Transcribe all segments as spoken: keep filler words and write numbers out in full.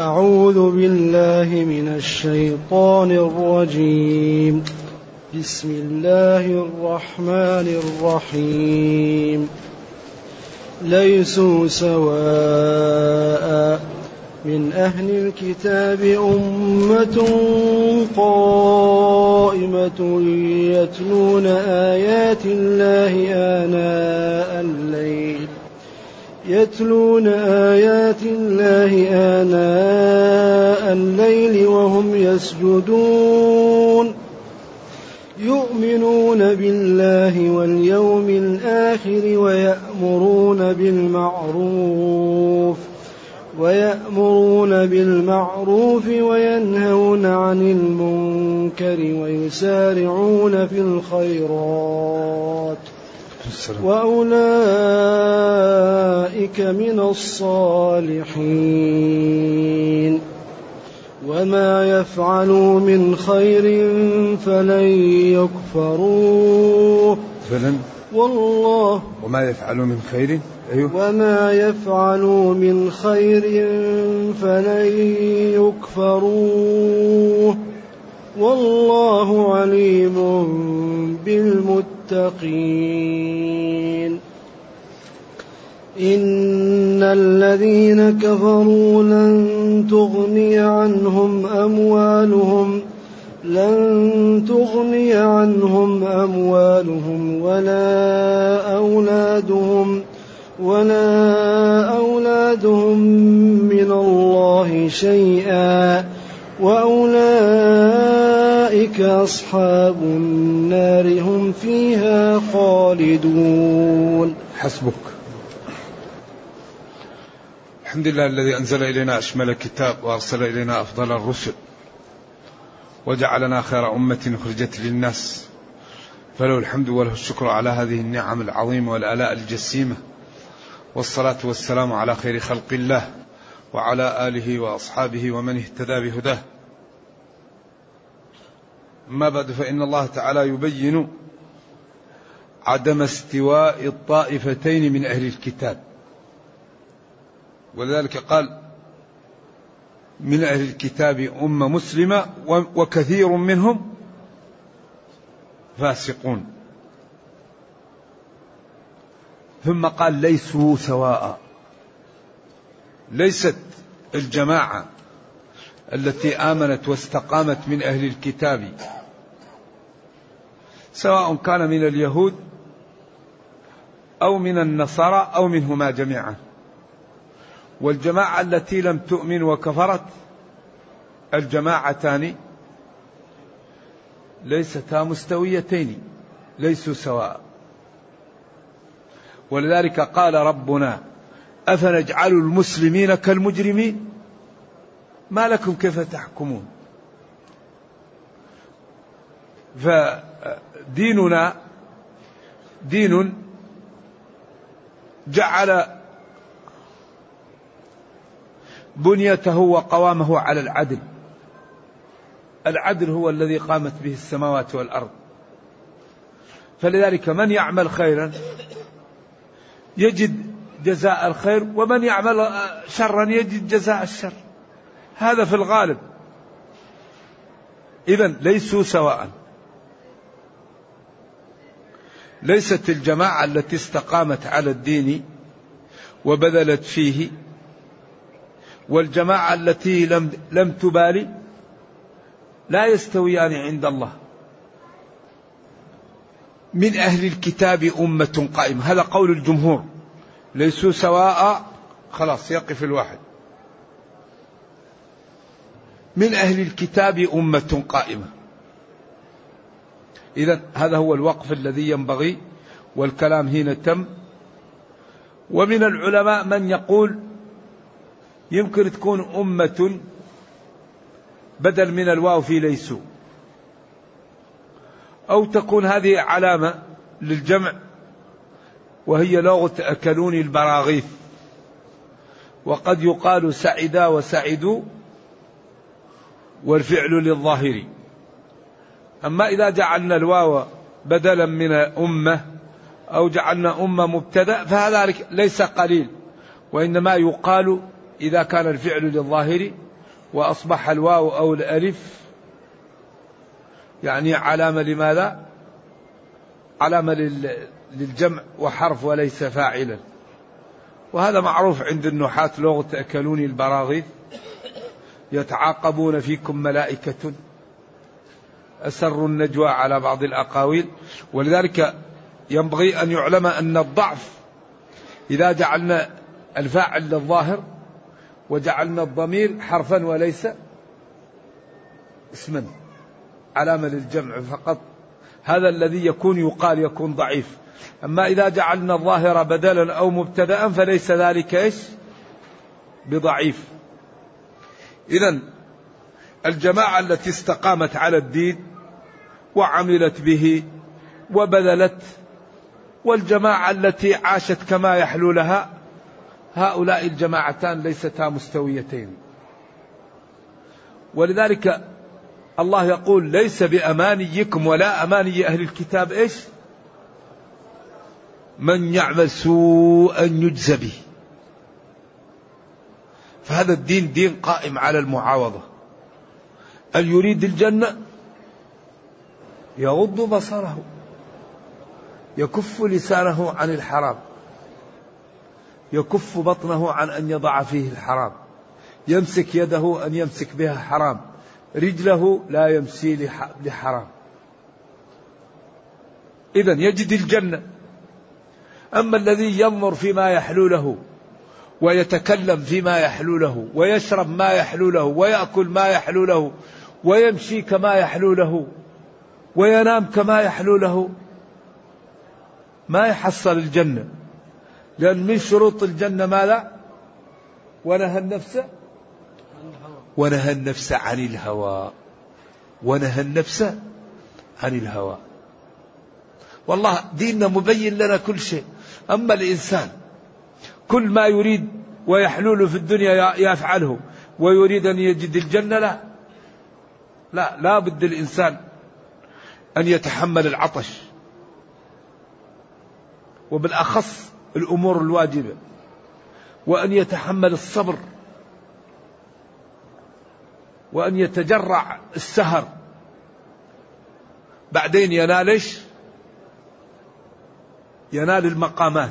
أعوذ بالله من الشيطان الرجيم. بسم الله الرحمن الرحيم. ليسوا سواء من أهل الكتاب أمة قائمة يتلون آيات الله آناء الليل يتلون آيات الله آناء الليل وهم يسجدون يؤمنون بالله واليوم الآخر ويأمرون بالمعروف ويأمرون بالمعروف وينهون عن المنكر ويسارعون في الخيرات وأولئك من الصالحين وما يفعلوا من خير فلن يكفروه فلن والله وما يفعلوا من خير أيوه وما يفعلوا من خير فلن يكفروه والله عليم بالمتقين. إن الذين كفروا لن تغني عنهم أموالهم لن تغني عنهم أموالهم ولا أولادهم ولا أولادهم من الله شيئا وأولئك أصحاب النار هم فيها خالدون. حسبك. الحمد لله الذي أنزل إلينا أشمل الكتاب وأرسل إلينا أفضل الرسل وجعلنا خير أمة أخرجت للناس، فله الحمد وله الشكر على هذه النعم العظيمة والآلاء الجسيمة، والصلاة والسلام على خير خلق الله وعلى آله وأصحابه ومن اهتدى بهداه. أما بعد، فإن الله تعالى يبين عدم استواء الطائفتين من أهل الكتاب، ولذلك قال من أهل الكتاب أمة مسلمة وكثير منهم فاسقون، ثم قال ليسوا سواء. ليست الجماعة التي آمنت واستقامت من أهل الكتاب سواء كان من اليهود أو من النصارى أو منهما جميعا، والجماعة التي لم تؤمن وكفرت الجماعتان ليستا مستويتين، ليسوا سواء. ولذلك قال ربنا أفنجعل المسلمين كالمجرمين ما لكم كيف تحكمون. فديننا دين جعل بنيته وقوامه على العدل. العدل هو الذي قامت به السماوات والأرض، فلذلك من يعمل خيرا يجد جزاء الخير، ومن يعمل شرا يجد جزاء الشر، هذا في الغالب. إذن ليسوا سواء. ليست الجماعة التي استقامت على الدين وبذلت فيه والجماعة التي لم, لم تبالي لا يستويان عند الله. من أهل الكتاب أمة قائمة، هذا قول الجمهور. ليسوا سواء، خلاص يقف الواحد. من أهل الكتاب أمة قائمة، إذن هذا هو الوقف الذي ينبغي، والكلام هنا تم. ومن العلماء من يقول يمكن تكون أمة بدل من الواو في ليسوا، أو تكون هذه علامة للجمع، وهي لغة أكلوني البراغيث. وقد يقال سعدا وسعدوا والفعل للظاهر. أما إذا جعلنا الواو بدلا من أمة أو جعلنا أمة مبتدأ فهذا ليس قليل، وإنما يقال إذا كان الفعل للظاهر وأصبح الواو أو الألف يعني علامة لماذا؟ علامة للجمع وحرف وليس فاعلا. وهذا معروف عند النحاة لغة أكلوني البراغيث، يتعاقبون فيكم ملائكة أسروا النجوى على بعض الأقاويل. ولذلك ينبغي أن يعلم أن الضعف إذا جعلنا الفاعل للظاهر وجعلنا الضمير حرفا وليس اسما علامة للجمع فقط، هذا الذي يكون يقال يكون ضعيف. أما إذا جعلنا الظاهر بدلا أو مبتدأ فليس ذلك إيش بضعيف. إذن الجماعة التي استقامت على الدين وعملت به وبذلت، والجماعة التي عاشت كما يحلو لها، هؤلاء الجماعتان ليستا مستويتين. ولذلك الله يقول ليس بأمانيكم ولا أماني أهل الكتاب إيش من يعمل سوءا يجزى به. فهذا الدين دين قائم على المعاوضة. أن يريد الجنة يغض بصره، يكف لسانه عن الحرام، يكف بطنه عن أن يضع فيه الحرام، يمسك يده أن يمسك بها حرام، رجله لا يمشي لحرام. إذن يجد الجنة. أما الذي ينظر فيما يحلو له ويتكلم فيما يحلو له ويشرب ما يحلو له ويأكل ما يحلو له ويمشي كما يحلو له وينام كما يحلو له، ما يحصل الجنة. لأن من شروط الجنة ماذا؟ ونهى النفس ونهى النفس عن الهوى ونهى النفس عن الهوى. والله ديننا مبين لنا كل شيء. أما الإنسان كل ما يريد ويحلول في الدنيا يفعله ويريد أن يجد الجنة، لا لا لا بد الإنسان أن يتحمل العطش، وبالأخص الأمور الواجبة، وأن يتحمل الصبر، وأن يتجرع السهر. بعدين ينال إيش؟ ينال المقامات.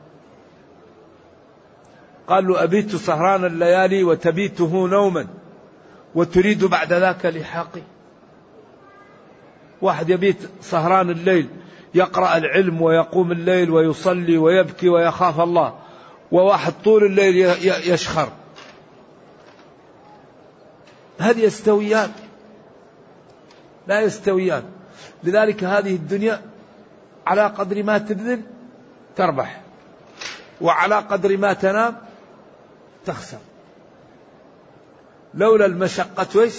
قالوا أبيت سهران الليالي وتبيته نوما وتريد بعد ذاك لحاقي. واحد يبيت سهران الليل يقرأ العلم ويقوم الليل ويصلي ويبكي ويخاف الله، وواحد طول الليل يشخر. هذه يستويان؟ لا يستويان. لذلك هذه الدنيا على قدر ما تبذل تربح، وعلى قدر ما تنام تخسر. لولا المشقة ويش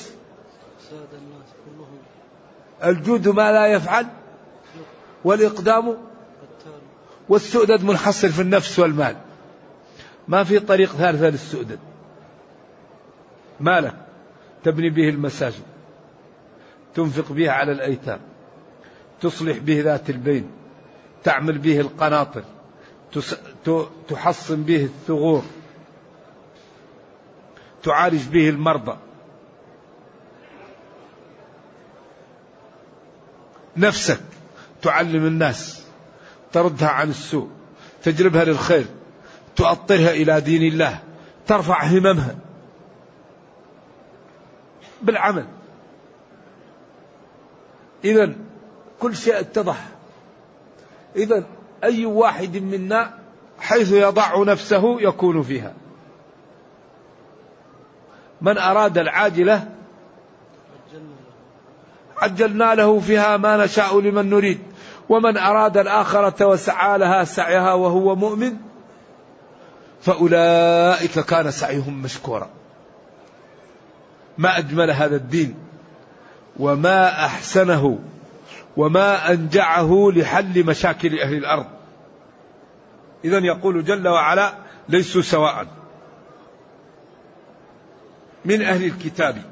الجود ما لا يفعل، والإقدام والسؤدد منحصر في النفس والمال. ما في طريق ثالثة للسؤدد. مالك تبني به المساجد، تنفق به على الأيتام، تصلح به ذات البين، تعمل به القناطر، تحصن به الثغور، تعالج به المرضى. نفسك تعلم الناس، تردها عن السوء، تجلبها للخير، تؤطرها إلى دين الله، ترفع هممها بالعمل. إذن كل شيء اتضح. إذن أي واحد منا حيث يضع نفسه يكون فيها. من أراد العاجلة عجلنا له فيها ما نشاء لمن نريد، ومن أراد الآخرة وسعى لها سعيها وهو مؤمن فأولئك كان سعيهم مشكورا. ما أجمل هذا الدين وما أحسنه وما أنجعه لحل مشاكل أهل الأرض. إذن يقول جل وعلا ليسوا سواء. من أهل الكتاب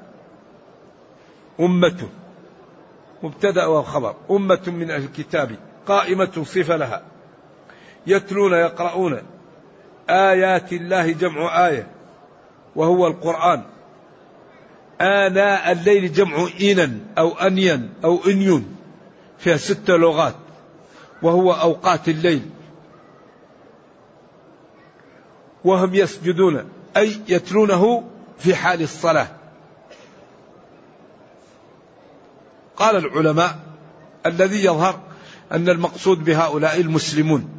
أمة، مبتدأ وخبر. أمة من أهل الكتاب قائمة صفة لها، يتلون يقرؤون آيات الله، جمع آية وهو القرآن، آناء الليل جمع إينا أو أنيا أو إنيون، فيها ست لغات، وهو أوقات الليل. وهم يسجدون أي يتلونه في حال الصلاة. قال العلماء الذي يظهر أن المقصود بهؤلاء المسلمون،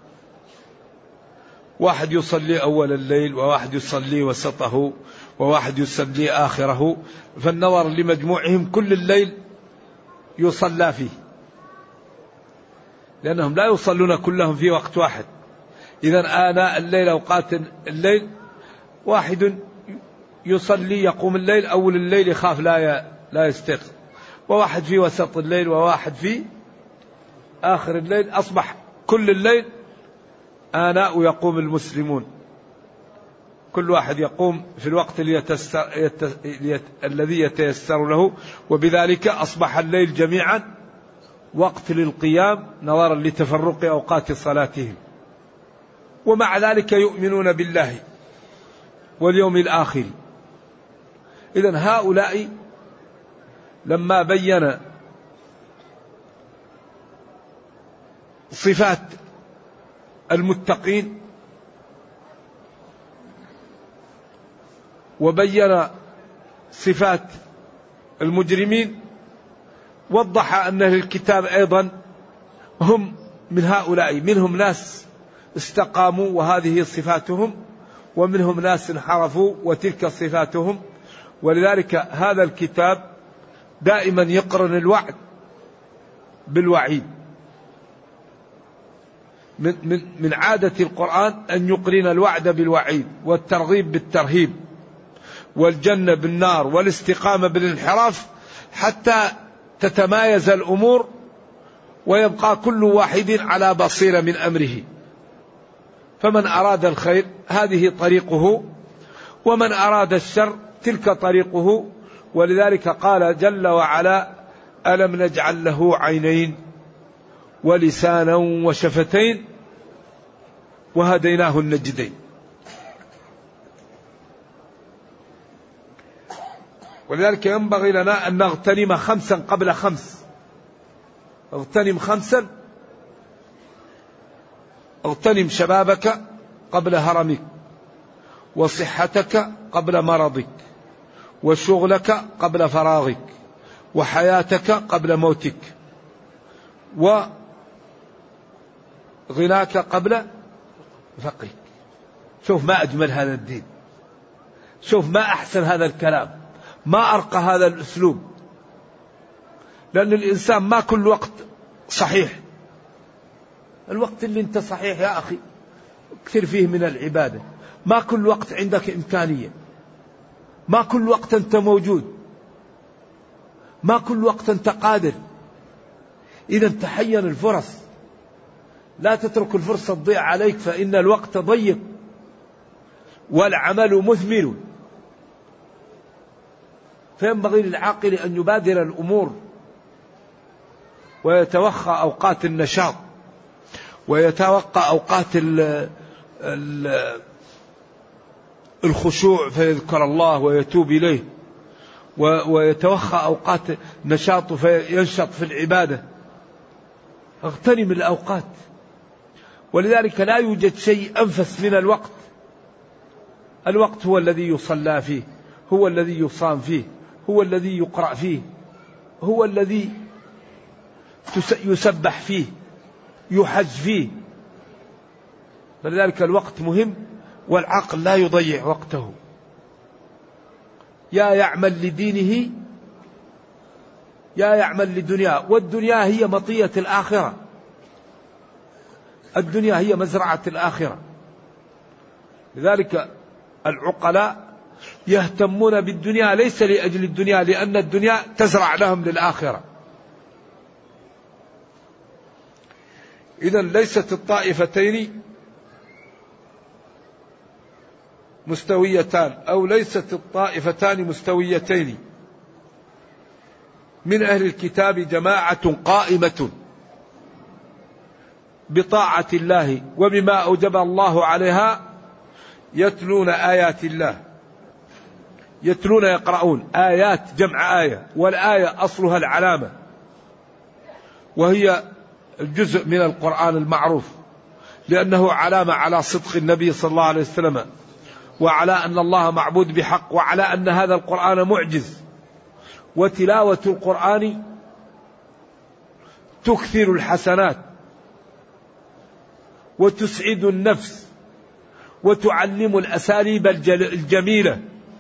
واحد يصلي أول الليل، وواحد يصلي وسطه، وواحد يصلي آخره، فالنظر لمجموعهم كل الليل يصلى فيه، لأنهم لا يصلون كلهم في وقت واحد. إذن آناء الليل أوقات الليل، واحد يصلي يقوم الليل أول الليل يخاف لا لا يستيقظ، وواحد في وسط الليل، وواحد في آخر الليل، أصبح كل الليل آناء يقوم المسلمون، كل واحد يقوم في الوقت يتسر يت... يت... الذي يتيسر له، وبذلك أصبح الليل جميعا وقت للقيام نظرا لتفرق أوقات صلاتهم. ومع ذلك يؤمنون بالله واليوم الآخر. إذن هؤلاء لما بين صفات المتقين وبين صفات المجرمين، وضح أن أهل الكتاب أيضا هم من هؤلاء، منهم ناس استقاموا وهذه صفاتهم، ومنهم ناس انحرفوا وتلك صفاتهم. ولذلك هذا الكتاب دائما يقرن الوعد بالوعيد. من, من, من عادة القرآن أن يقرن الوعد بالوعيد، والترغيب بالترهيب، والجنة بالنار، والاستقامة بالانحراف، حتى تتمايز الأمور ويبقى كل واحد على بصيرة من أمره. فمن أراد الخير هذه طريقه، ومن أراد الشر تلك طريقه. ولذلك قال جل وعلا: ألم نجعل له عينين ولسانا وشفتين وهديناه النجدين. ولذلك ينبغي لنا أن نغتنم خمسا قبل خمس. اغتنم خمسا، اغتنم شبابك قبل هرمك، وصحتك قبل مرضك، وشغلك قبل فراغك، وحياتك قبل موتك، وغناك قبل فقرك. شوف ما أجمل هذا الدين، شوف ما أحسن هذا الكلام، ما أرقى هذا الأسلوب. لأن الإنسان ما كل وقت صحيح. الوقت اللي أنت صحيح يا أخي كثير فيه من العبادة. ما كل وقت عندك إمكانية، ما كل وقت أنت موجود، ما كل وقت أنت قادر. إذا تحين الفرص، لا تترك الفرصة تضيع عليك، فإن الوقت ضيق والعمل مثمر. فينبغي للعاقل أن يبادر الأمور ويتوخى أوقات النشاط، ويتوقع أوقات الخشوع فيذكر الله ويتوب إليه، ويتوخى أوقات نشاطه فينشط في العبادة. اغتنم الأوقات. ولذلك لا يوجد شيء أنفس من الوقت. الوقت هو الذي يصلى فيه، هو الذي يصام فيه، هو الذي يقرأ فيه، هو الذي يسبح فيه، يحج فيه. فلذلك الوقت مهم، والعقل لا يضيع وقته. يا يعمل لدينه يا يعمل لدنياه، والدنيا هي مطية الآخرة، الدنيا هي مزرعة الآخرة. لذلك العقلاء يهتمون بالدنيا ليس لأجل الدنيا، لأن الدنيا تزرع لهم للآخرة. إذن ليست الطائفتين مستويتان، أو ليست الطائفتان مستويتين. من أهل الكتاب جماعة قائمة بطاعة الله وبما أوجب الله عليها، يتلون آيات الله يتلون يقرؤون. آيات جمع آية، والآية أصلها العلامة، وهي الجزء من القرآن المعروف، لأنه علامة على صدق النبي صلى الله عليه وسلم، وعلى أن الله معبود بحق، وعلى أن هذا القرآن معجز. وتلاوة القرآن تكثر الحسنات وتسعد النفس وتعلم الأساليب الجميلة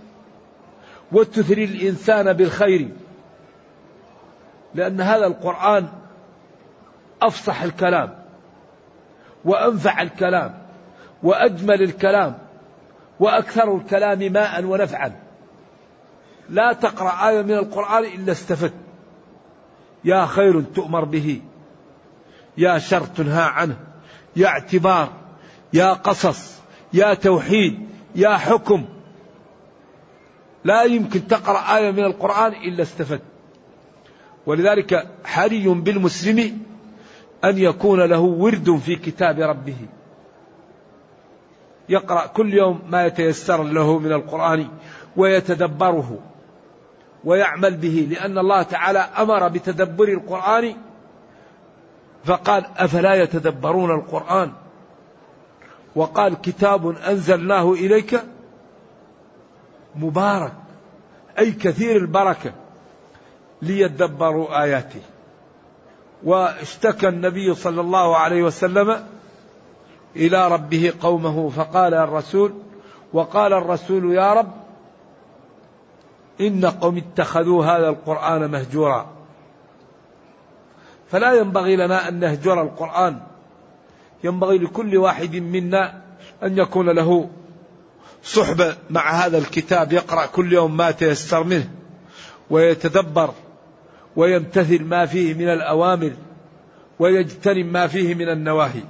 وتثري الإنسان بالخير، لأن هذا القرآن أفصح الكلام وأنفع الكلام وأجمل الكلام وأكثر الكلام ماء ونفعا. لا تقرأ آية من القرآن إلا استفدت. يا خير تؤمر به، يا شر تنهى عنه، يا اعتبار، يا قصص، يا توحيد، يا حكم. لا يمكن تقرأ آية من القرآن إلا استفدت. ولذلك حري بالمسلم أن يكون له ورد في كتاب ربه، يقرأ كل يوم ما يتيسر له من القرآن ويتدبره ويعمل به، لأن الله تعالى أمر بتدبر القرآن فقال أفلا يتدبرون القرآن، وقال كتاب أنزلناه إليك مبارك، أي كثير البركة، ليدبروا آياته. واشتكى النبي صلى الله عليه وسلم إلى ربه قومه فقال الرسول وقال الرسول يا رب إن قوم اتخذوا هذا القرآن مهجورا. فلا ينبغي لنا أن نهجر القرآن، ينبغي لكل واحد منا أن يكون له صحبة مع هذا الكتاب، يقرأ كل يوم ما تيسر منه ويتدبر ويمتثل ما فيه من الأوامر ويجتنب ما فيه من النواهي.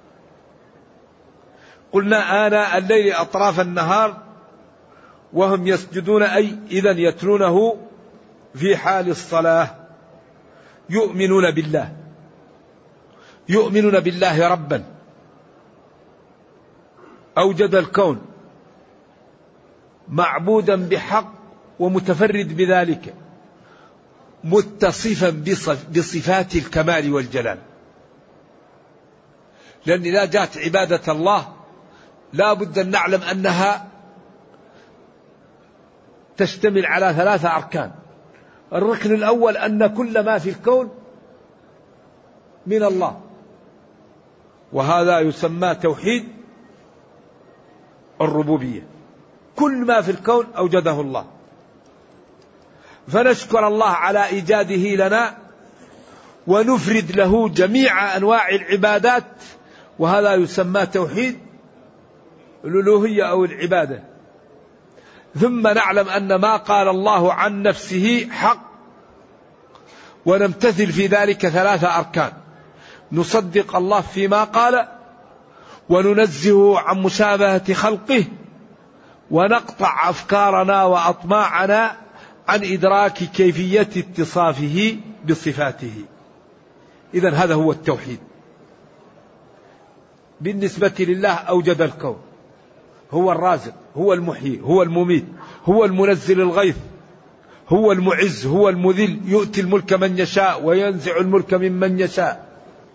قلنا آناء الليل أطراف النهار وهم يسجدون، أي إذن يتلونه في حال الصلاة. يؤمنون بالله، يؤمنون بالله ربا أوجد الكون معبودا بحق ومتفرد بذلك، متصفا بصفات الكمال والجلال. لأن إذا جاءت عبادة الله لا بد أن نعلم أنها تشتمل على ثلاثة أركان. الركن الأول أن كل ما في الكون من الله، وهذا يسمى توحيد الربوبية. كل ما في الكون أوجده الله، فنشكر الله على إيجاده لنا ونفرد له جميع أنواع العبادات، وهذا يسمى توحيد الألوهية أو العبادة. ثم نعلم أن ما قال الله عن نفسه حق، ونمتثل في ذلك ثلاثة أركان: نصدق الله فيما قال، وننزهه عن مشابهة خلقه، ونقطع أفكارنا وأطماعنا عن إدراك كيفية اتصافه بصفاته. إذن هذا هو التوحيد. بالنسبة لله أوجد الكون، هو الرازق، هو المحيي، هو المميت، هو المنزل الغيث، هو المعز، هو المذل، يؤتي الملك من يشاء وينزع الملك ممن يشاء،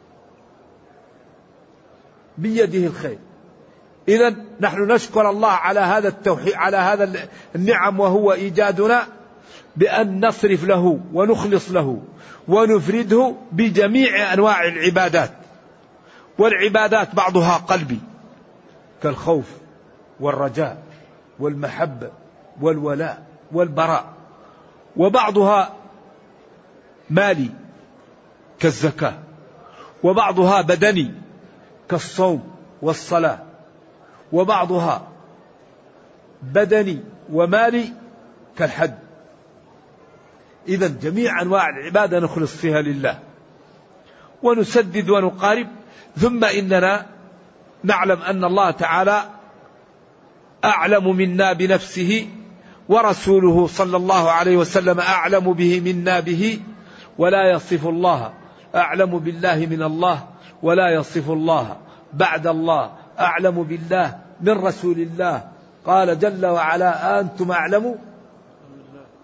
بيده الخير. إذن نحن نشكر الله على هذا التوحيد، على هذا النعم، وهو إيجادنا، بأن نصرف له ونخلص له ونفرده بجميع أنواع العبادات. والعبادات بعضها قلبي كالخوف والرجاء والمحبة والولاء والبراء، وبعضها مالي كالزكاة، وبعضها بدني كالصوم والصلاة، وبعضها بدني ومالي كالحج. إذن جميع أنواع العبادة نخلص فيها لله ونسدد ونقارب. ثم إننا نعلم أن الله تعالى أعلم منا بنفسه، ورسوله صلى الله عليه وسلم أعلم به منا به، ولا يصف الله أعلم بالله من الله، ولا يصف الله بعد الله أعلم بالله من رسول الله. قال جل وعلا: أنتم أعلم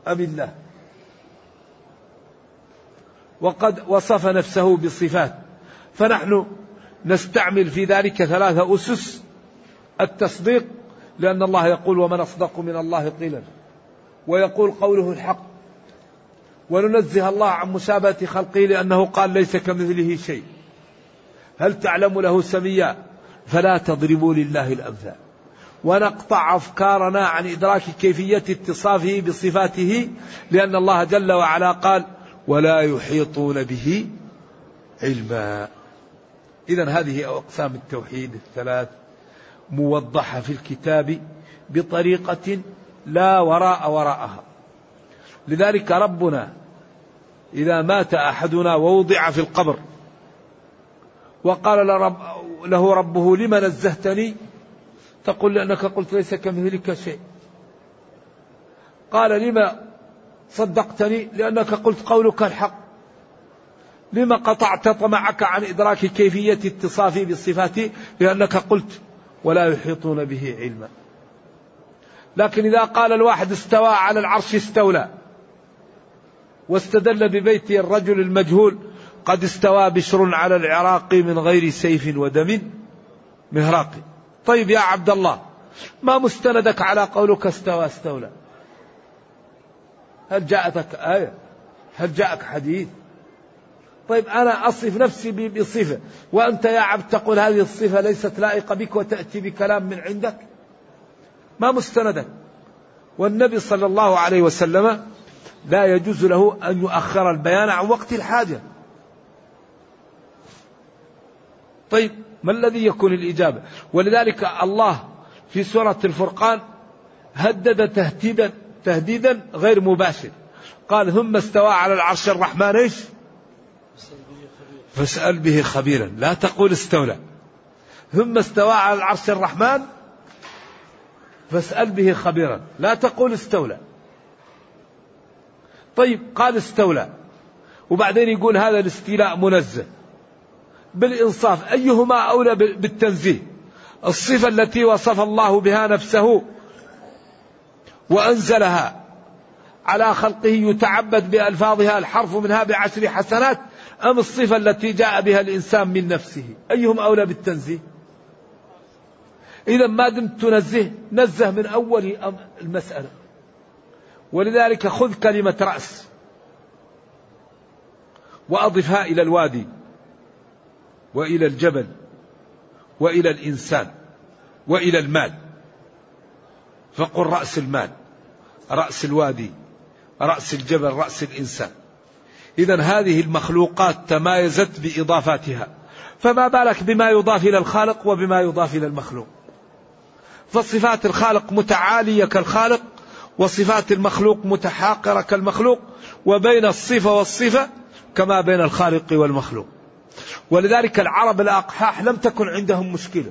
أم الله؟ وقد وصف نفسه بصفات، فنحن نستعمل في ذلك ثلاثة أسس: التصديق، لأن الله يقول ومن أصدق من الله قيلا، ويقول قوله الحق، وننزه الله عن مشابهة خلقه لأنه قال ليس كمثله شيء. هل تعلم له سميا؟ فلا تضربوا لله الأمثال. ونقطع أفكارنا عن إدراك كيفية اتصافه بصفاته، لأن الله جل وعلا قال ولا يحيطون به علما. إذن هذه أقسام التوحيد الثلاث موضحة في الكتاب بطريقة لا وراء وراءها. لذلك ربنا إذا مات أحدنا ووضع في القبر وقال له ربه لم نزهتني؟ تقول لأنك قلت ليس كمثلك شيء. قال لما صدقتني؟ لأنك قلت قولك الحق. لما قطعت طمعك عن إدراك كيفية اتصافي بصفاته؟ لأنك قلت ولا يحيطون به علما. لكن إذا قال الواحد استوى على العرش استولى، واستدل ببيت الرجل المجهول قد استوى بشر على العراق من غير سيف ودم مهراق. طيب يا عبد الله، ما مستندك على قولك استوى استولى؟ هل جاءتك آية؟ هل جاءك حديث؟ طيب أنا أصف نفسي بصفة، وأنت يا عبد تقول هذه الصفة ليست لائقة بك وتأتي بكلام من عندك؟ ما مستندك؟ والنبي صلى الله عليه وسلم لا يجوز له أن يؤخر البيان عن وقت الحاجة. طيب ما الذي يكون الإجابة؟ ولذلك الله في سورة الفرقان هدد تهديدا تهديدا غير مباشر، قال ثم استوى على العرش الرحمن ايش؟ فاسأل به خبيرا. لا تقول استولى. ثم استوى على العرش الرحمن فاسأل به خبيرا، لا تقول استولى. طيب قال استولى وبعدين يقول هذا الاستيلاء منزه. بالإنصاف أيهما أولى بالتنزيه؟ الصفة التي وصف الله بها نفسه وأنزلها على خلقه يتعبد بألفاظها الحرف منها بعشر حسنات، أم الصفة التي جاء بها الإنسان من نفسه؟ أيهم أولى بالتنزيه؟ إذا ما دمت تنزه نزه من أول المسألة. ولذلك خذ كلمة رأس وأضفها إلى الوادي وإلى الجبل وإلى الإنسان وإلى المال، فقل رأس المال، رأس الوادي، رأس الجبل، رأس الإنسان. إذن هذه المخلوقات تمايزت بإضافاتها، فما بالك بما يضاف إلى الخالق وبما يضاف إلى المخلوق؟ فصفات الخالق متعالية كالخالق، وصفات المخلوق متحاقرة كالمخلوق، وبين الصفة والصفة كما بين الخالق والمخلوق. ولذلك العرب الأقحاح لم تكن عندهم مشكلة.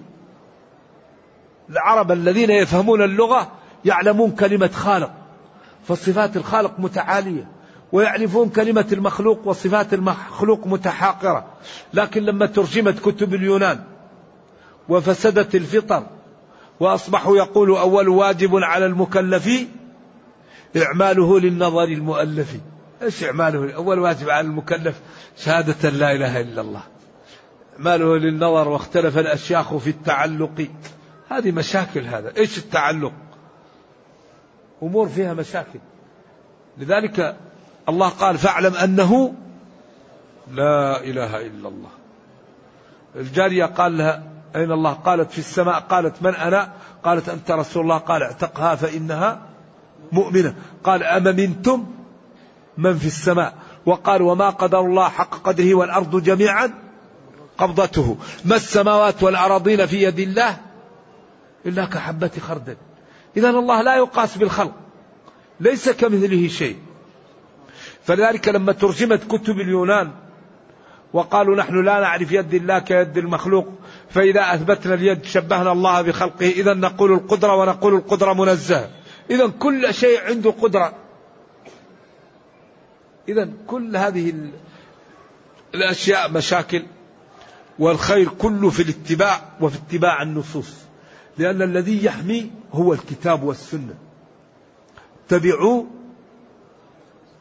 العرب الذين يفهمون اللغة يعلمون كلمة خالق، فصفات الخالق متعالية، ويعرفون كلمة المخلوق وصفات المخلوق متحاقرة. لكن لما ترجمت كتب اليونان وفسدت الفطر وأصبحوا يقولوا أول واجب على المكلف إعماله للنظر المؤلف. إيش إعماله؟ أول واجب على المكلف شهادة لا إله إلا الله، إعماله للنظر، واختلف الأشياخ في التعلق. هذه مشاكل. هذا إيش التعلق؟ أمور فيها مشاكل. لذلك الله قال فاعلم أنه لا إله إلا الله. الجارية قال لها أين الله؟ قالت في السماء. قالت من أنا؟ قالت أنت رسول الله. قال اعتقها فإنها مؤمنة. قال أمنتم من في السماء؟ وقال وما قدر الله حق قدره والأرض جميعا قبضته ما السماوات والأراضين في يد الله إلا كحبة خردل. إذن الله لا يقاس بالخلق، ليس كمثله شيء. فلذلك لما ترجمت كتب اليونان وقالوا نحن لا نعرف يد الله كيد المخلوق، فإذا أثبتنا اليد شبهنا الله بخلقه، إذن نقول القدرة ونقول القدرة منزهة. إذن كل شيء عنده قدرة. إذن كل هذه الأشياء مشاكل، والخير كله في الاتباع وفي اتباع النصوص، لأن الذي يحمي هو الكتاب والسنة. اتبعوا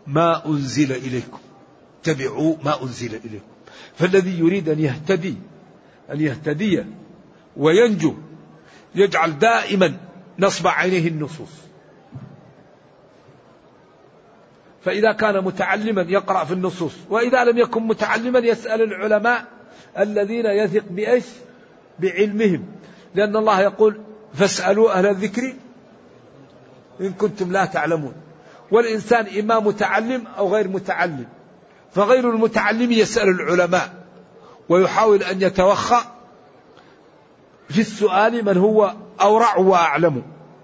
ما أنزل إليكم اتبعوا ما أنزل إليكم. فالذي يريد أن يهتدي أن يهتدي وينجو يجعل دائما نصب عينيه النصوص. فإذا كان متعلما يقرأ في النصوص، وإذا لم يكن متعلما يسأل العلماء الذين يثق بإيش بعلمهم، لأن الله يقول فاسألوا أهل الذكر إن كنتم لا تعلمون. والإنسان إما متعلم أو غير متعلم، فغير المتعلم يسأل العلماء ويحاول أن يتوخى في السؤال من هو أورع وأعلم،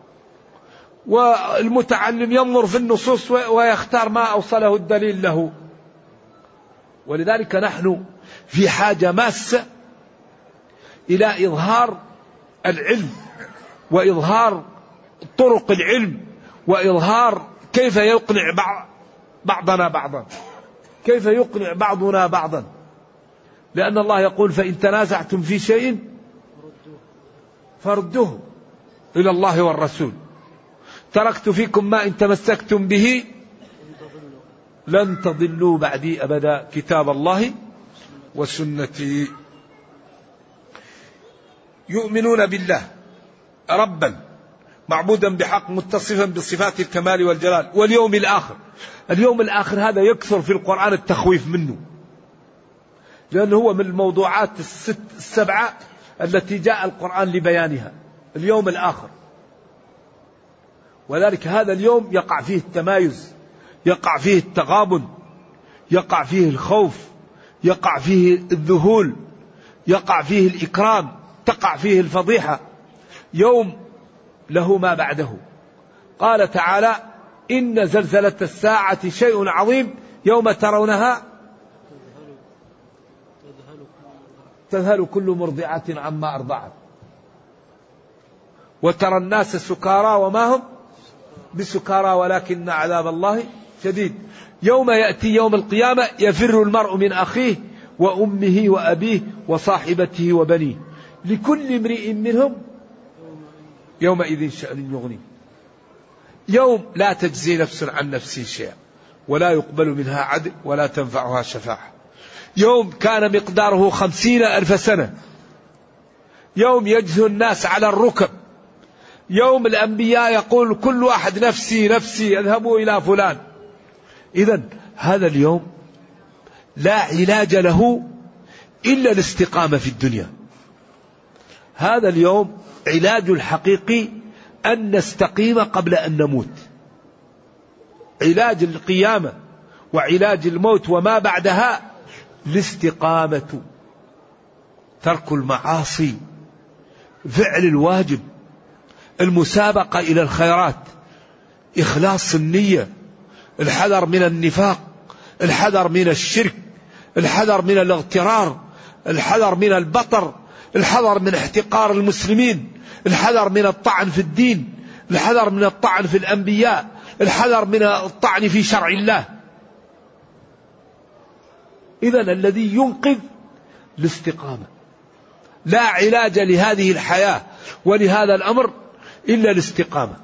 والمتعلم ينظر في النصوص ويختار ما أوصله الدليل له. ولذلك نحن في حاجة ماسة إلى إظهار العلم وإظهار طرق العلم وإظهار كيف يقنع بعضنا بعضا، كيف يقنع بعضنا بعضا. لأن الله يقول فإن تنازعتم في شيء فردوه إلى الله والرسول، تركت فيكم ما إن تمسكتم به لن تضلوا بعدي أبدا كتاب الله وسنتي. يؤمنون بالله ربا معبودا بحق متصفا بصفات الكمال والجلال واليوم الآخر. اليوم الآخر هذا يكثر في القرآن التخويف منه، لأنه هو من الموضوعات الست السبعة التي جاء القرآن لبيانها. اليوم الآخر، وذلك هذا اليوم يقع فيه التمايز، يقع فيه التغابن، يقع فيه الخوف، يقع فيه الذهول، يقع فيه الإكرام، تقع فيه الفضيحة. يوم له ما بعده. قال تعالى إن زلزلة الساعة شيء عظيم يوم ترونها تذهل كل مرضعة عما أرضعت وترى الناس سكارى وما هم بسكارى ولكن عذاب الله شديد. يوم يأتي يوم القيامة يفر المرء من أخيه وأمه وأبيه وصاحبته وبنيه لكل امرئ منهم يومئذ شأن يغنيه. يوم لا تجزي نفس عن نفس شيئا ولا يقبل منها عدل ولا تنفعها شفاعة. يوم كان مقداره خمسين ألف سنة. يوم يجثو الناس على الركب. يوم الأنبياء يقول كل واحد نفسي نفسي اذهبوا إلى فلان. إذن هذا اليوم لا علاج له إلا الاستقامة في الدنيا. هذا اليوم علاج الحقيقي أن نستقيم قبل أن نموت. علاج القيامة وعلاج الموت وما بعدها الاستقامة، ترك المعاصي، فعل الواجب، المسابقة إلى الخيرات، إخلاص النية، الحذر من النفاق، الحذر من الشرك، الحذر من الاغترار، الحذر من البطر، الحذر من احتقار المسلمين، الحذر من الطعن في الدين، الحذر من الطعن في الأنبياء، الحذر من الطعن في شرع الله. إذن الذي ينقذ الاستقامة. لا علاج لهذه الحياة ولهذا الأمر إلا الاستقامة.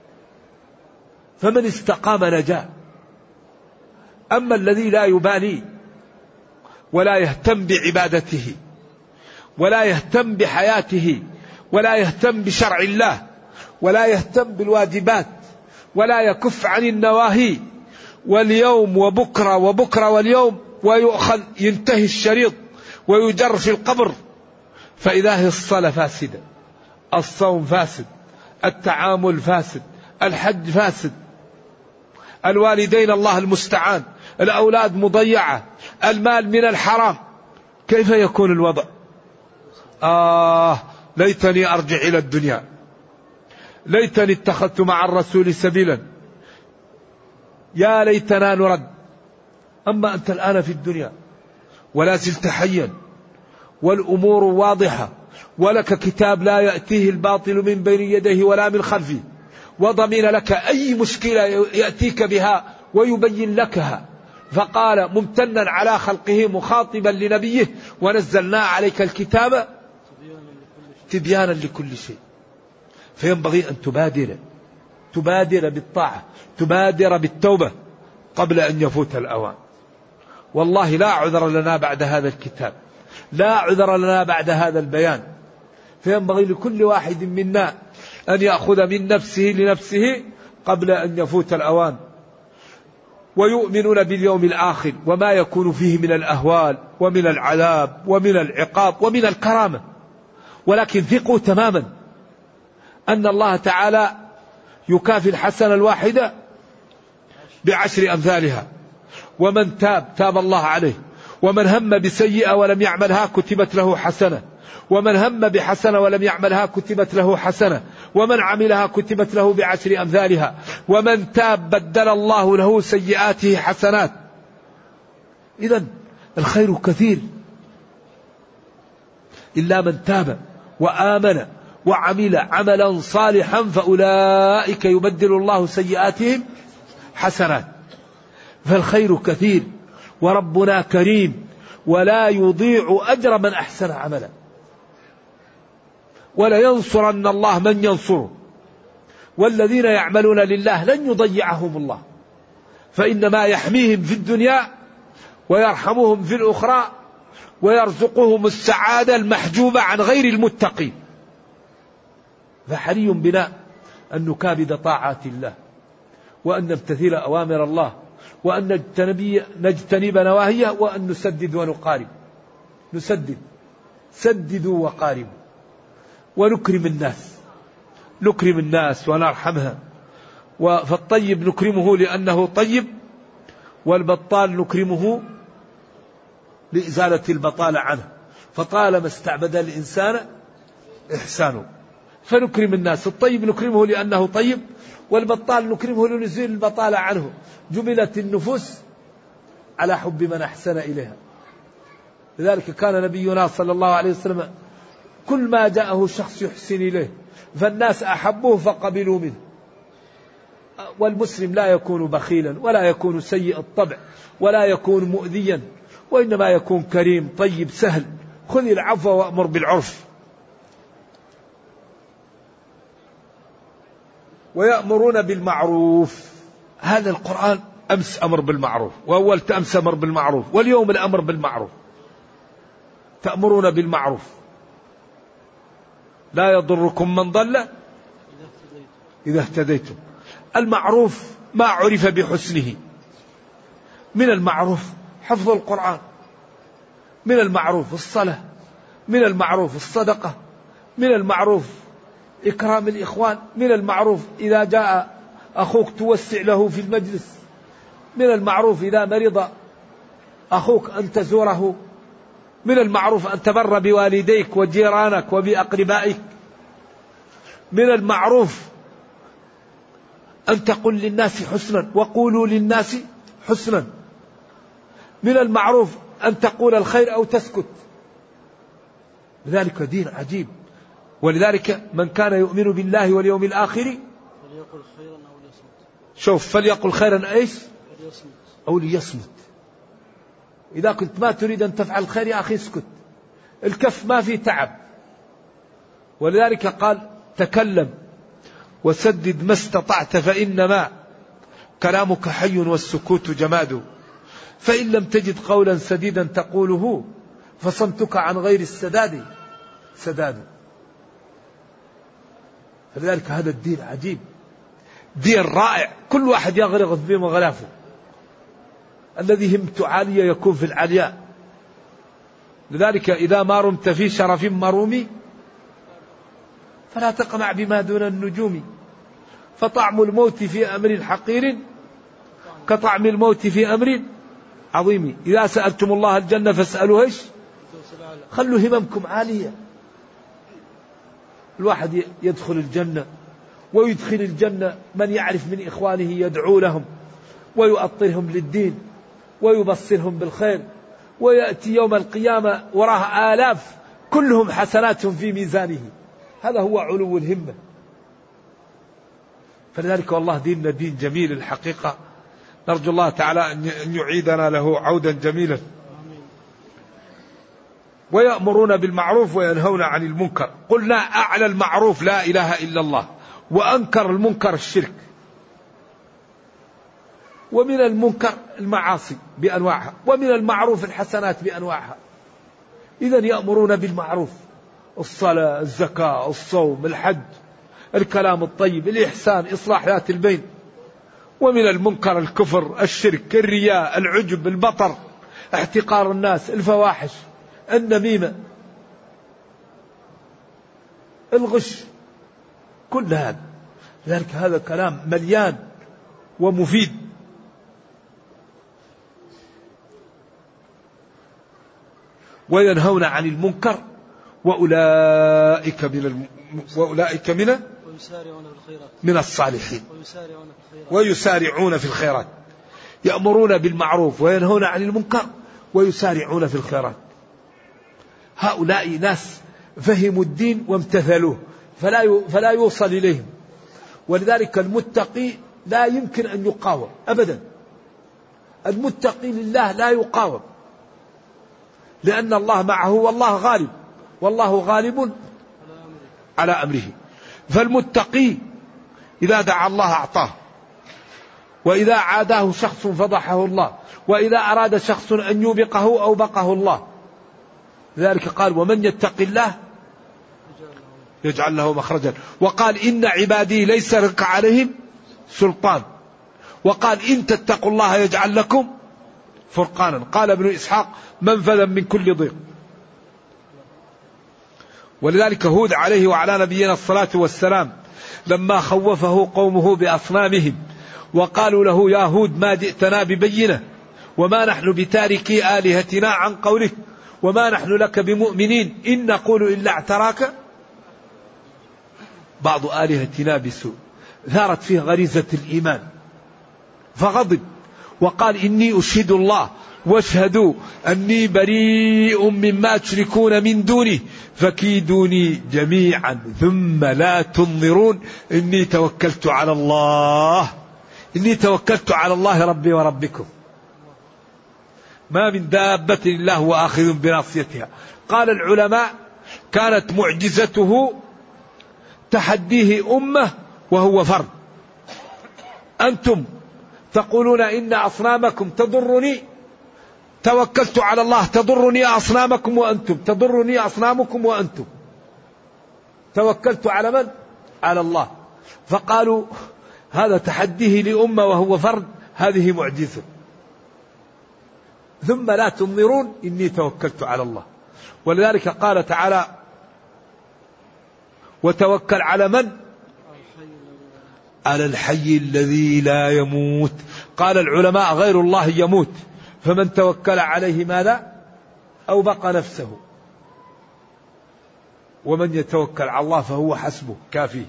فمن استقام نجا. أما الذي لا يبالي ولا يهتم بعبادته ولا يهتم بحياته ولا يهتم بشرع الله ولا يهتم بالواجبات ولا يكف عن النواهي، واليوم وبكرة وبكرة واليوم، ويؤخذ ينتهي الشريط ويجر في القبر، فإذا هي الصلاة فاسدة، الصوم فاسد، التعامل فاسد، الحج فاسد، الوالدين الله المستعان، الأولاد مضيعة، المال من الحرام. كيف يكون الوضع؟ آه ليتني أرجع إلى الدنيا، ليتني اتخذت مع الرسول سبيلا، يا ليتنا نرد. أما أنت الآن في الدنيا ولا زلت حيا والأمور واضحة، ولك كتاب لا يأتيه الباطل من بين يديه ولا من خلفه، وضمن لك أي مشكلة يأتيك بها ويبين لكها. فقال ممتنا على خلقه مخاطبا لنبيه ونزلنا عليك الكتاب تبيانا لكل شيء. فينبغي أن تبادر تبادر بالطاعة، تبادر بالتوبة، قبل أن يفوت الأوان. والله لا عذر لنا بعد هذا الكتاب، لا عذر لنا بعد هذا البيان. فينبغي لكل واحد منا أن يأخذ من نفسه لنفسه قبل أن يفوت الأوان. ويؤمنون باليوم الآخر وما يكون فيه من الأهوال ومن العذاب ومن العقاب ومن الكرامة. ولكن ثقوا تماما أن الله تعالى يكافي الحسنة الواحدة بعشر أمثالها. ومن تاب تاب الله عليه، ومن هم بسيئة ولم يعملها كتبت له حسنة، ومن هم بحسنة ولم يعملها كتبت له حسنة، ومن عملها كتبت له بعشر أمثالها، ومن تاب بدل الله له سيئاته حسنات. إذن الخير كثير، إلا من تاب وآمن وعمل عملا صالحا فأولئك يبدل الله سيئاتهم حسنات. فالخير كثير، وربنا كريم ولا يضيع أجر من أحسن عملا، ولا ينصرن الله من ينصره، والذين يعملون لله لن يضيعهم الله، فإنما يحميهم في الدنيا ويرحمهم في الأخرى ويرزقهم السعادة المحجوبة عن غير المتقين. فحري بنا أن نكابد طاعات الله، وأن نمتثل أوامر الله، وأن نجتنب, نجتنب نواهيه، وأن نسدد ونقارب. نسدد، سددوا وقاربوا، ونكرم الناس، نكرم الناس ونرحمها. فالطيب نكرمه لأنه طيب، والبطال نكرمه لإزالة البطالة عنه. فطالما استعبد الإنسان إحسانه، فنكرم الناس. الطيب نكرمه لأنه طيب، والبطال نكرمه لنزيل البطالة عنه. جبلت النفوس على حب من أحسن إليها. لذلك كان نبينا صلى الله عليه وسلم كل ما جاءه شخص يحسن إليه فالناس أحبوه فقبلوا منه. والمسلم لا يكون بخيلا، ولا يكون سيء الطبع، ولا يكون مؤذيا، وإنما يكون كريم طيب سهل. خذ العفو وأمر بالعرف. ويأمرون بالمعروف. هذا القرآن أمس أمر بالمعروف، وأول أمس أمر بالمعروف، واليوم الأمر بالمعروف. تأمرون بالمعروف. لا يضركم من ضل إذا اهتديتم. المعروف ما عرف بحسنه. من المعروف حفظ القرآن، من المعروف الصلاة، من المعروف الصدقة، من المعروف إكرام الإخوان، من المعروف إذا جاء أخوك توسع له في المجلس، من المعروف إذا مرض أخوك أن تزوره، من المعروف أن تبر بوالديك وجيرانك وبأقربائك، من المعروف أن تقول للناس حسنا وقولوا للناس حسنا، من المعروف أن تقول الخير أو تسكت. لذلك دين عجيب. ولذلك من كان يؤمن بالله واليوم الآخر فليقل خيرا أو ليصمت. شوف، فليقل خيرا ايش أو ليصمت. إذا كنت ما تريد أن تفعل الخير يا أخي اسكت. الكف ما في تعب. ولذلك قال تكلم وسدد ما استطعت، فإنما كلامك حي والسكوت جماد. فإن لم تجد قولا سديدا تقوله فصمتك عن غير السداد سداد. فلذلك هذا الدين عجيب، دين رائع، كل واحد يغرغ بمغلافه. الذي همت عالية يكون في العلياء. لذلك إذا ما رمت في شرف مرومي فلا تقنع بما دون النجوم، فطعم الموت في أمر حقير كطعم الموت في أمر عظيم. إذا سألتم الله الجنة فاسألوا إيش؟ خلوا هممكم عالية. الواحد يدخل الجنة ويدخل الجنة من يعرف من إخوانه يدعو لهم ويؤطرهم للدين ويبصرهم بالخير، ويأتي يوم القيامة وراه آلاف كلهم حسنات في ميزانه. هذا هو علو الهمة. فلذلك والله ديننا دين جميل الحقيقة، نرجو الله تعالى أن يعيدنا له عودا جميلا. ويأمرون بالمعروف وينهون عن المنكر. قلنا أعلى المعروف لا إله إلا الله، وأنكر المنكر الشرك. ومن المنكر المعاصي بأنواعها، ومن المعروف الحسنات بأنواعها. إذن يأمرون بالمعروف، الصلاة، الزكاة، الصوم، الحج، الكلام الطيب، الإحسان، إصلاح ذات البين. ومن المنكر الكفر، الشرك، الرياء، العجب، البطر، احتقار الناس، الفواحش، النميمة، الغش، كل هذا. لذلك هذا كلام مليان ومفيد. وينهون عن المنكر وأولئك من الم... وأولئك من ويسارعون في الخيرات من الصالحين ويسارعون في الخيرات ويسارعون في الخيرات. يأمرون بالمعروف وينهون عن المنكر ويسارعون في الخيرات. هؤلاء ناس فهموا الدين وامتثلوه، فلا ي... فلا يوصل إليهم. ولذلك المتقي لا يمكن أن يقاوم أبدا. المتقي لله لا يقاوم، لأن الله معه والله غالب، والله غالب على أمره. فالمتقي إذا دعا الله أعطاه، وإذا عاداه شخص فضحه الله، وإذا أراد شخص أن يوبقه أوبقه الله. لذلك قال ومن يتق الله يجعل له مخرجا. وقال إن عبادي ليس لك عليهم سلطان. وقال إن تتقوا الله يجعل لكم فرقانا. قال ابن إسحاق منفذا من كل ضيق. ولذلك هود عليه وعلى نبينا الصلاة والسلام لما خوفه قومه بأصنامهم وقالوا له يا هود ما جئتنا ببينة وما نحن بتاركي آلهتنا عن قولك وما نحن لك بمؤمنين إن نقول إلا اعتراك بعض آلهتنا بسوء. ثارت فيه غريزة الإيمان فغضب وقال إني أشهد الله واشهدوا أني بريء مما تشركون من دونه فكيدوني جميعا ثم لا تنظرون إني توكلت على الله إني توكلت على الله ربي وربكم ما من دابة إلا هو آخذ بناصيتها. قال العلماء كانت معجزته تحديه أمة وهو فرد. أنتم تقولون إن أصنامكم تضرني توكلت على الله تضرني أصنامكم وأنتم تضرني أصنامكم وأنتم توكلت على من؟ على الله. فقالوا هذا تحديه لأمة وهو فرد، هذه معجزة. ثم لا تنظرون إني توكلت على الله. ولذلك قال تعالى وتوكل على من؟ على الحي الذي لا يموت. قال العلماء غير الله يموت، فمن توكل عليه ماذا؟ أو بقى نفسه. ومن يتوكل على الله فهو حسبه كافيه.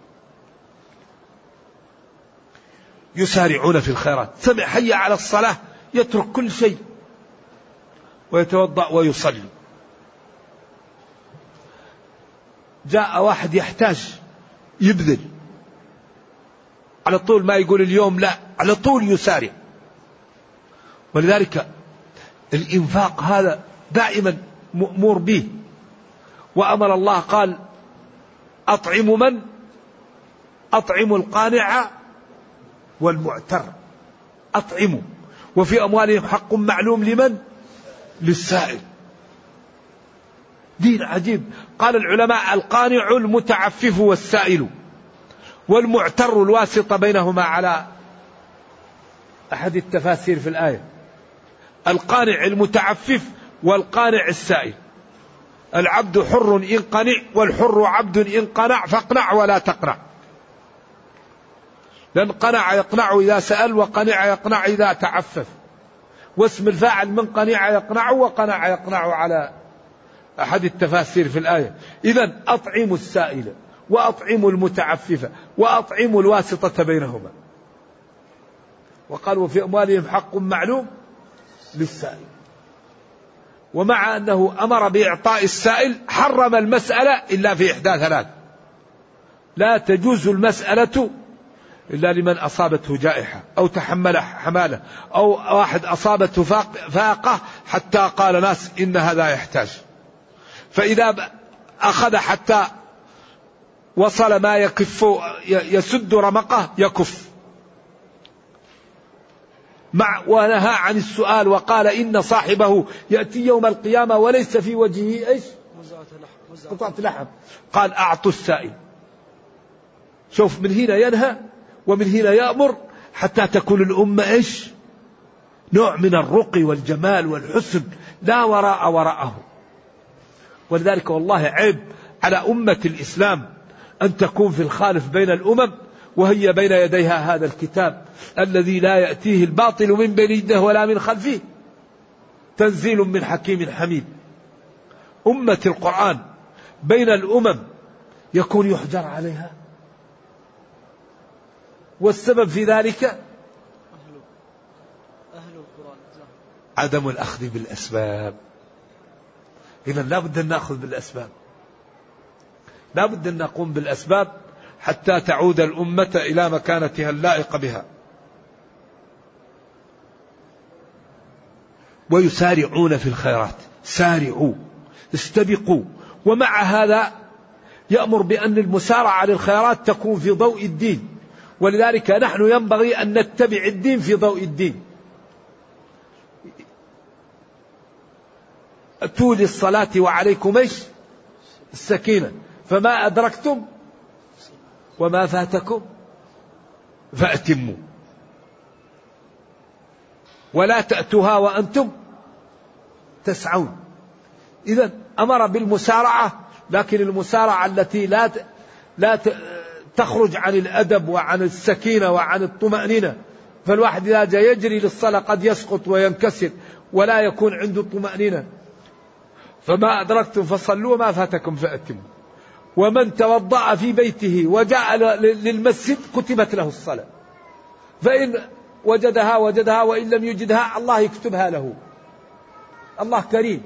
يسارعون في الخيرات. سمع حي على الصلاة يترك كل شيء ويتوضأ ويصلي. جاء واحد يحتاج يبذل على طول، ما يقول اليوم لا، على طول يسارع. ولذلك الإنفاق هذا دائما مأمور به. وأمر الله قال أطعموا من؟ أطعموا القانع والمعتر. أطعموا وفي أموالهم حق معلوم لمن؟ للسائل. دين عجيب. قال العلماء القانع المتعفف والسائل، والمعتر الواسطة بينهما على أحد التفاسير في الآية. القانع المتعفف والقانع السائل. العبد حر إن قنع والحر عبد إن قنع فاقنع ولا تقنع. لأن قنع يقنع إذا سأل وقنع يقنع إذا تعفف. واسم الفاعل من قنع يقنع وقنع يقنع على أحد التفاسير في الآية. إذن أطعموا السائل وأطعموا المتعفف وأطعموا الواسطة بينهما. وقال وفي أموالهم حق معلوم للسائل. ومع أنه أمر بإعطاء السائل حرم المسألة إلا في إحدى ثلاث. لا تجوز المسألة إلا لمن أصابته جائحة أو تحمل حمالة أو واحد أصابته فاقة حتى قال ناس إن هذا يحتاج. فإذا أخذ حتى وصل ما يكف يسد رمقه يكف. مع ونهى عن السؤال وقال إن صاحبه يأتي يوم القيامة وليس في وجهه إيش؟ قطعة لحم. قال أعطوا السائل. شوف من هنا ينهى ومن هنا يأمر حتى تكون الأمة إيش؟ نوع من الرقي والجمال والحسن لا وراء وراءه. ولذلك والله عيب على أمة الإسلام أن تكون في الخالف بين الأمم وهي بين يديها هذا الكتاب الذي لا يأتيه الباطل من بين يده ولا من خلفه تنزيل من حكيم حميد. أمة القرآن بين الأمم يكون يحجر عليها، والسبب في ذلك أهل القرآن عدم الأخذ بالأسباب. إذن لا بد أن نأخذ بالأسباب، لا بد أن نقوم بالأسباب حتى تعود الأمة إلى مكانتها اللائقة بها. ويسارعون في الخيرات، سارعوا استبقوا. ومع هذا يأمر بأن المسارعة للخيرات تكون في ضوء الدين، ولذلك نحن ينبغي أن نتبع الدين في ضوء الدين. أتوا للصلاة وعليكم إيش؟ السكينة، فما أدركتم وما فاتكم فأتموا، ولا تأتوها وأنتم تسعون. إذن أمر بالمسارعة، لكن المسارعة التي لا لا تخرج عن الأدب وعن السكينة وعن الطمأنينة. فالواحد إذا جاء يجري للصلاة قد يسقط وينكسر ولا يكون عنده الطمأنينة. فما أدركتم فصلوا وما فاتكم فأتموا. ومن توضأ في بيته وجاء للمسجد كتبت له الصلاة، فإن وجدها وجدها وإن لم يجدها الله يكتبها له. الله كريم.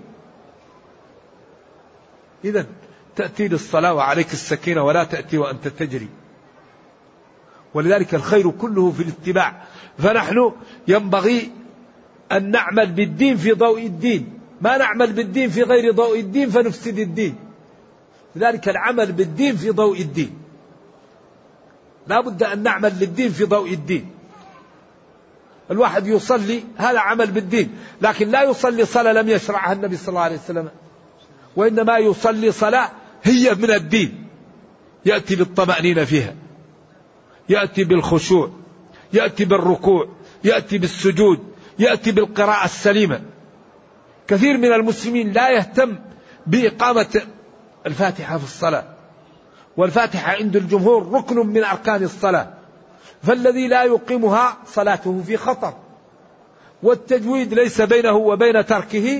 إذن تأتي للصلاة وعليك السكينة ولا تأتي وأنت تجري. ولذلك الخير كله في الاتباع. فنحن ينبغي أن نعمل بالدين في ضوء الدين، ما نعمل بالدين في غير ضوء الدين فنفسد الدين. لذلك العمل بالدين في ضوء الدين، لا بد أن نعمل للدين في ضوء الدين. الواحد يصلي هذا عمل بالدين، لكن لا يصلي صلاة لم يشرعها النبي صلى الله عليه وسلم، وإنما يصلي صلاة هي من الدين، يأتي بالطمأنينة فيها، يأتي بالخشوع، يأتي بالركوع، يأتي بالسجود، يأتي بالقراءة السليمة. كثير من المسلمين لا يهتم بإقامة الفاتحة في الصلاة، والفاتحة عند الجمهور ركن من أركان الصلاة، فالذي لا يقيمها صلاته في خطر. والتجويد ليس بينه وبين تركه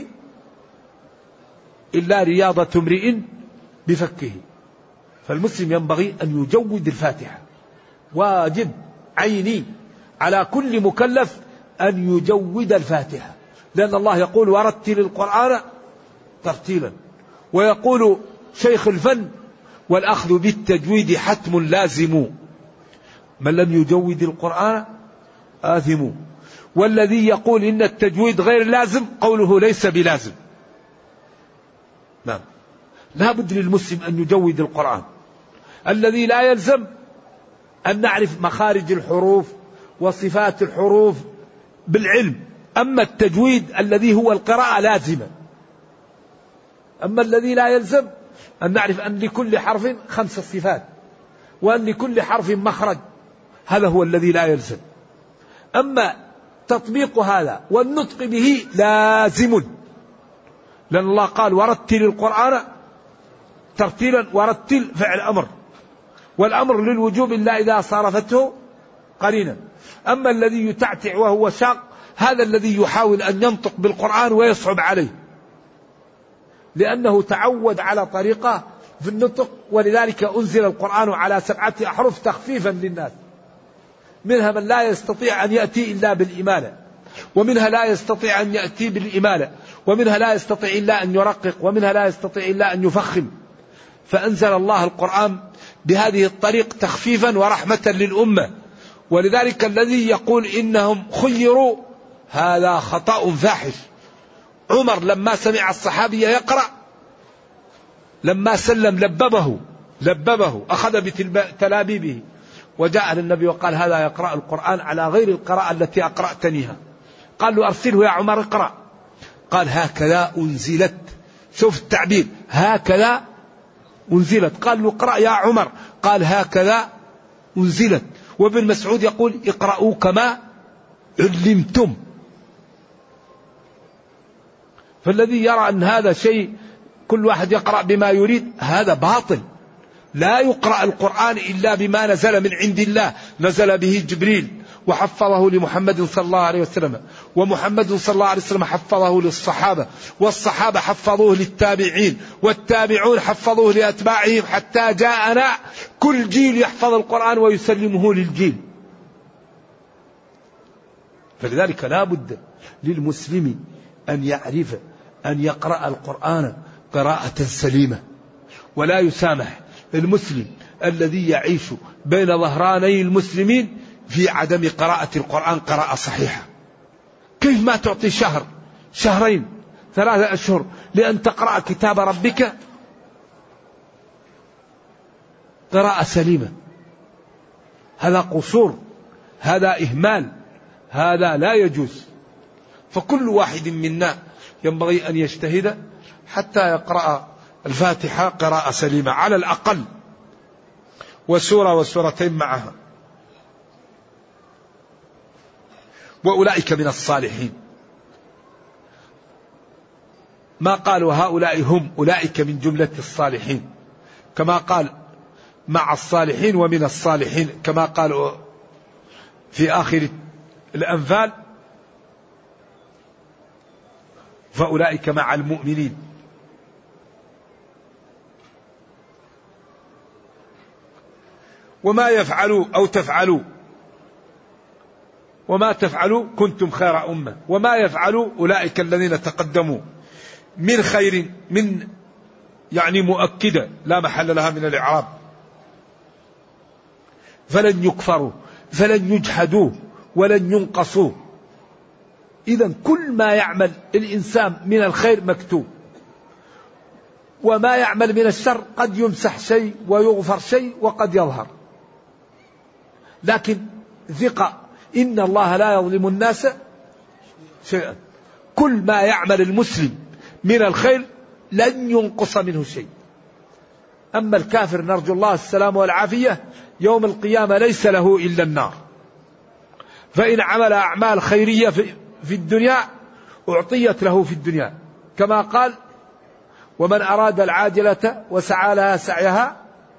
إلا رياضة امرئ بفكه. فالمسلم ينبغي أن يجود الفاتحة، واجب عيني على كل مكلف أن يجود الفاتحة، لأن الله يقول ورتل القرآن ترتيلا، ويقول شيخ الفن والأخذ بالتجويد حتم لازم، من لم يجود القرآن آثم. والذي يقول إن التجويد غير لازم قوله ليس بلازم. نعم، لا بد للمسلم أن يجود القرآن. الذي لا يلزم أن نعرف مخارج الحروف وصفات الحروف بالعلم، أما التجويد الذي هو القراءة لازمة. أما الذي لا يلزم أن نعرف أن لكل حرف خمس صفات، وأن لكل حرف مخرج، هذا هو الذي لا يلزم. أما تطبيق هذا والنطق به لازم، لأن الله قال ورتل القرآن ترتيلا، ورتل فعل أمر، والأمر للوجوب إلا إذا صارفته قرينا. أما الذي يتعتع وهو شاق هذا الذي يحاول أن ينطق بالقرآن ويصعب عليه، لأنه تعود على طريقة في النطق. ولذلك أنزل القرآن على سبعة أحرف تخفيفا للناس، منها من لا يستطيع أن يأتي إلا بالإمالة، ومنها لا يستطيع أن يأتي بالإمالة، ومنها لا يستطيع إلا أن يرقق، ومنها لا يستطيع إلا أن يفخم. فأنزل الله القرآن بهذه الطريق تخفيفا ورحمة للأمة. ولذلك الذي يقول إنهم خيروا هذا خطأ فاحش. عمر لما سمع الصحابي يقرأ لما سلم لببه لببه أخذ بتلابيبه وجاء للنبي وقال هذا يقرأ القرآن على غير القراءة التي أقرأتنيها. قال له أرسله يا عمر اقرأ. قال هكذا أنزلت. شوف التعبير، هكذا أنزلت. قال له اقرأ يا عمر، قال هكذا أنزلت. وابن مسعود يقول اقرأوا كما علمتم. فالذي يرى أن هذا شيء كل واحد يقرأ بما يريد هذا باطل. لا يقرأ القرآن إلا بما نزل من عند الله، نزل به جبريل وحفظه لمحمد صلى الله عليه وسلم، ومحمد صلى الله عليه وسلم حفظه للصحابة، والصحابة حفظوه للتابعين، والتابعون حفظوه لأتباعهم، حتى جاءنا كل جيل يحفظ القرآن ويسلمه للجيل. فلذلك لا بد للمسلم أن يعرف أن يقرأ القرآن قراءة سليمة، ولا يسامح المسلم الذي يعيش بين ظهراني المسلمين في عدم قراءة القرآن قراءة صحيحة. كيف ما تعطي شهر شهرين ثلاثة أشهر لأن تقرأ كتاب ربك قراءة سليمة؟ هذا قصور، هذا إهمال، هذا لا يجوز. فكل واحد منا ينبغي أن يجتهد حتى يقرأ الفاتحة قراءة سليمة على الأقل، وسورة وسورتين معها. وأولئك من الصالحين، ما قالوا هؤلاء هم، أولئك من جملة الصالحين، كما قال مع الصالحين ومن الصالحين، كما قالوا في آخر الأنفال فأولئك مع المؤمنين. وما يفعلوا أو تفعلوا، وما تفعلوا كنتم خير أمة، وما يفعلوا أولئك الذين تقدموا من خير، من يعني مؤكدة لا محل لها من الإعراب، فلن يكفروا، فلن يجحدوا، ولن ينقصوا. إذن كل ما يعمل الإنسان من الخير مكتوب، وما يعمل من الشر قد يمسح شيء ويغفر شيء وقد يظهر. لكن ثقة إن الله لا يظلم الناس شيئا. كل ما يعمل المسلم من الخير لن ينقص منه شيء. أما الكافر نرجو الله السلام والعافية يوم القيامة ليس له إلا النار. فإن عمل أعمال خيرية في الدنيا أعطيت له في الدنيا، كما قال ومن أراد العاجلة وسعى لها سعيها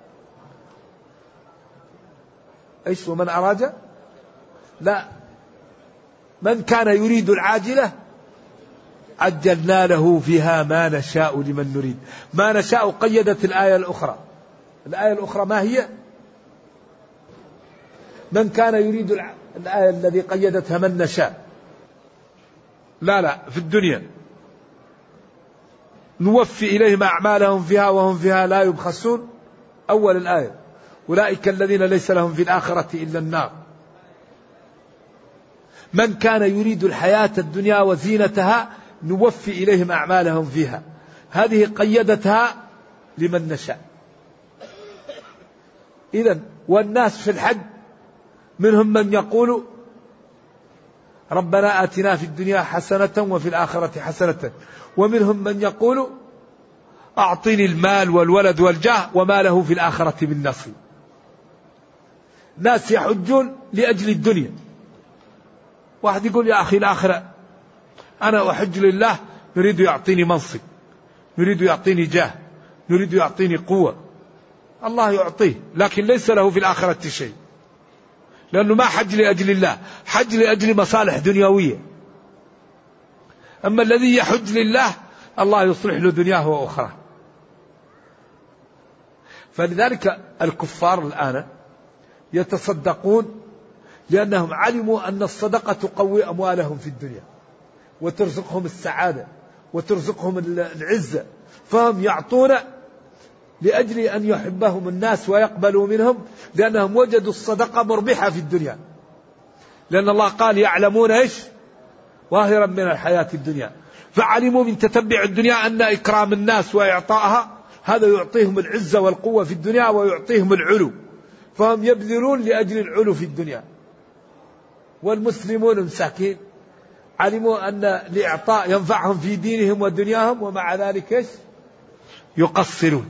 إيش ومن أراد لا من كان يريد العاجلة عجلنا له فيها ما نشاء لمن نريد. ما نشاء قيدت الآية الأخرى. الآية الأخرى ما هي؟ من كان يريد الآية الذي قيدتها من نشاء. لا لا في الدنيا نوفي إليهم أعمالهم فيها وهم فيها لا يبخسون. أول الآية أولئك الذين ليس لهم في الآخرة إلا النار. من كان يريد الحياة الدنيا وزينتها نوفي إليهم أعمالهم فيها. هذه قيدتها لمن نشاء. إذن والناس في الحج منهم من يقول ربنا آتنا في الدنيا حسنة وفي الآخرة حسنة، ومنهم من يقول أعطني المال والولد والجاه وما له في الآخرة من نصيب. ناس يحجون لأجل الدنيا. واحد يقول يا أخي الآخرة أنا أحج لله، يريد يعطيني منصب، يريد يعطيني جاه، يريد يعطيني قوة. الله يعطيه لكن ليس له في الآخرة شيء، لأنه ما حج لأجل الله، حج لأجل مصالح دنيوية. أما الذي يحج لله الله يصلح له دنياه وأخرى. فلذلك الكفار الآن يتصدقون لأنهم علموا أن الصدقة تقوي أموالهم في الدنيا وترزقهم السعادة وترزقهم العزة، فهم يعطون لأجل أن يحبهم الناس ويقبلوا منهم، لأنهم وجدوا الصدقة مربحة في الدنيا. لأن الله قال يعلمون إيش ظاهرا من الحياة الدنيا، فعلموا من تتبع الدنيا أن إكرام الناس وإعطائها هذا يعطيهم العزة والقوة في الدنيا ويعطيهم العلو، فهم يبذلون لأجل العلو في الدنيا. والمسلمون مساكين علموا أن الإعطاء ينفعهم في دينهم ودنياهم، ومع ذلك يقصرون.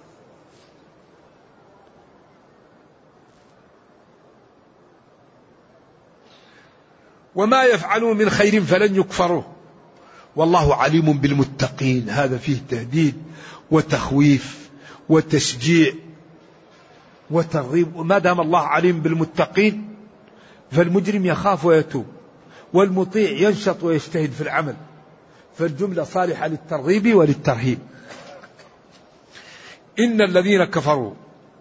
وما يفعلوا من خير فلن يكفروه والله عليم بالمتقين. هذا فيه تهديد وتخويف وتشجيع وترغيب. ما دام الله عليم بالمتقين فالمجرم يخاف ويتوب، والمطيع ينشط ويجتهد في العمل. فالجملة صالحة للترغيب وللترهيب. إن الذين كفروا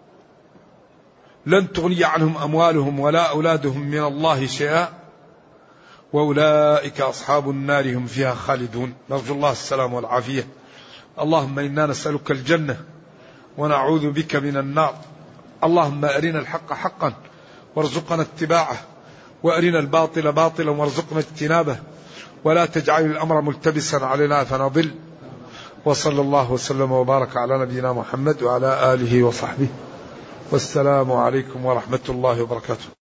لن تغني عنهم أموالهم ولا أولادهم من الله شيئا وأولئك أصحاب النار هم فيها خالدون. نرجو الله السلام والعافية. اللهم إنا نسألك الجنة ونعوذ بك من النار. اللهم أرنا الحق حقا وارزقنا اتباعه، وأرنا الباطل باطلا وارزقنا اجتنابه، ولا تجعل الأمر ملتبسا علينا فنضل. وصلى الله وسلم وبارك على نبينا محمد وعلى آله وصحبه، والسلام عليكم ورحمة الله وبركاته.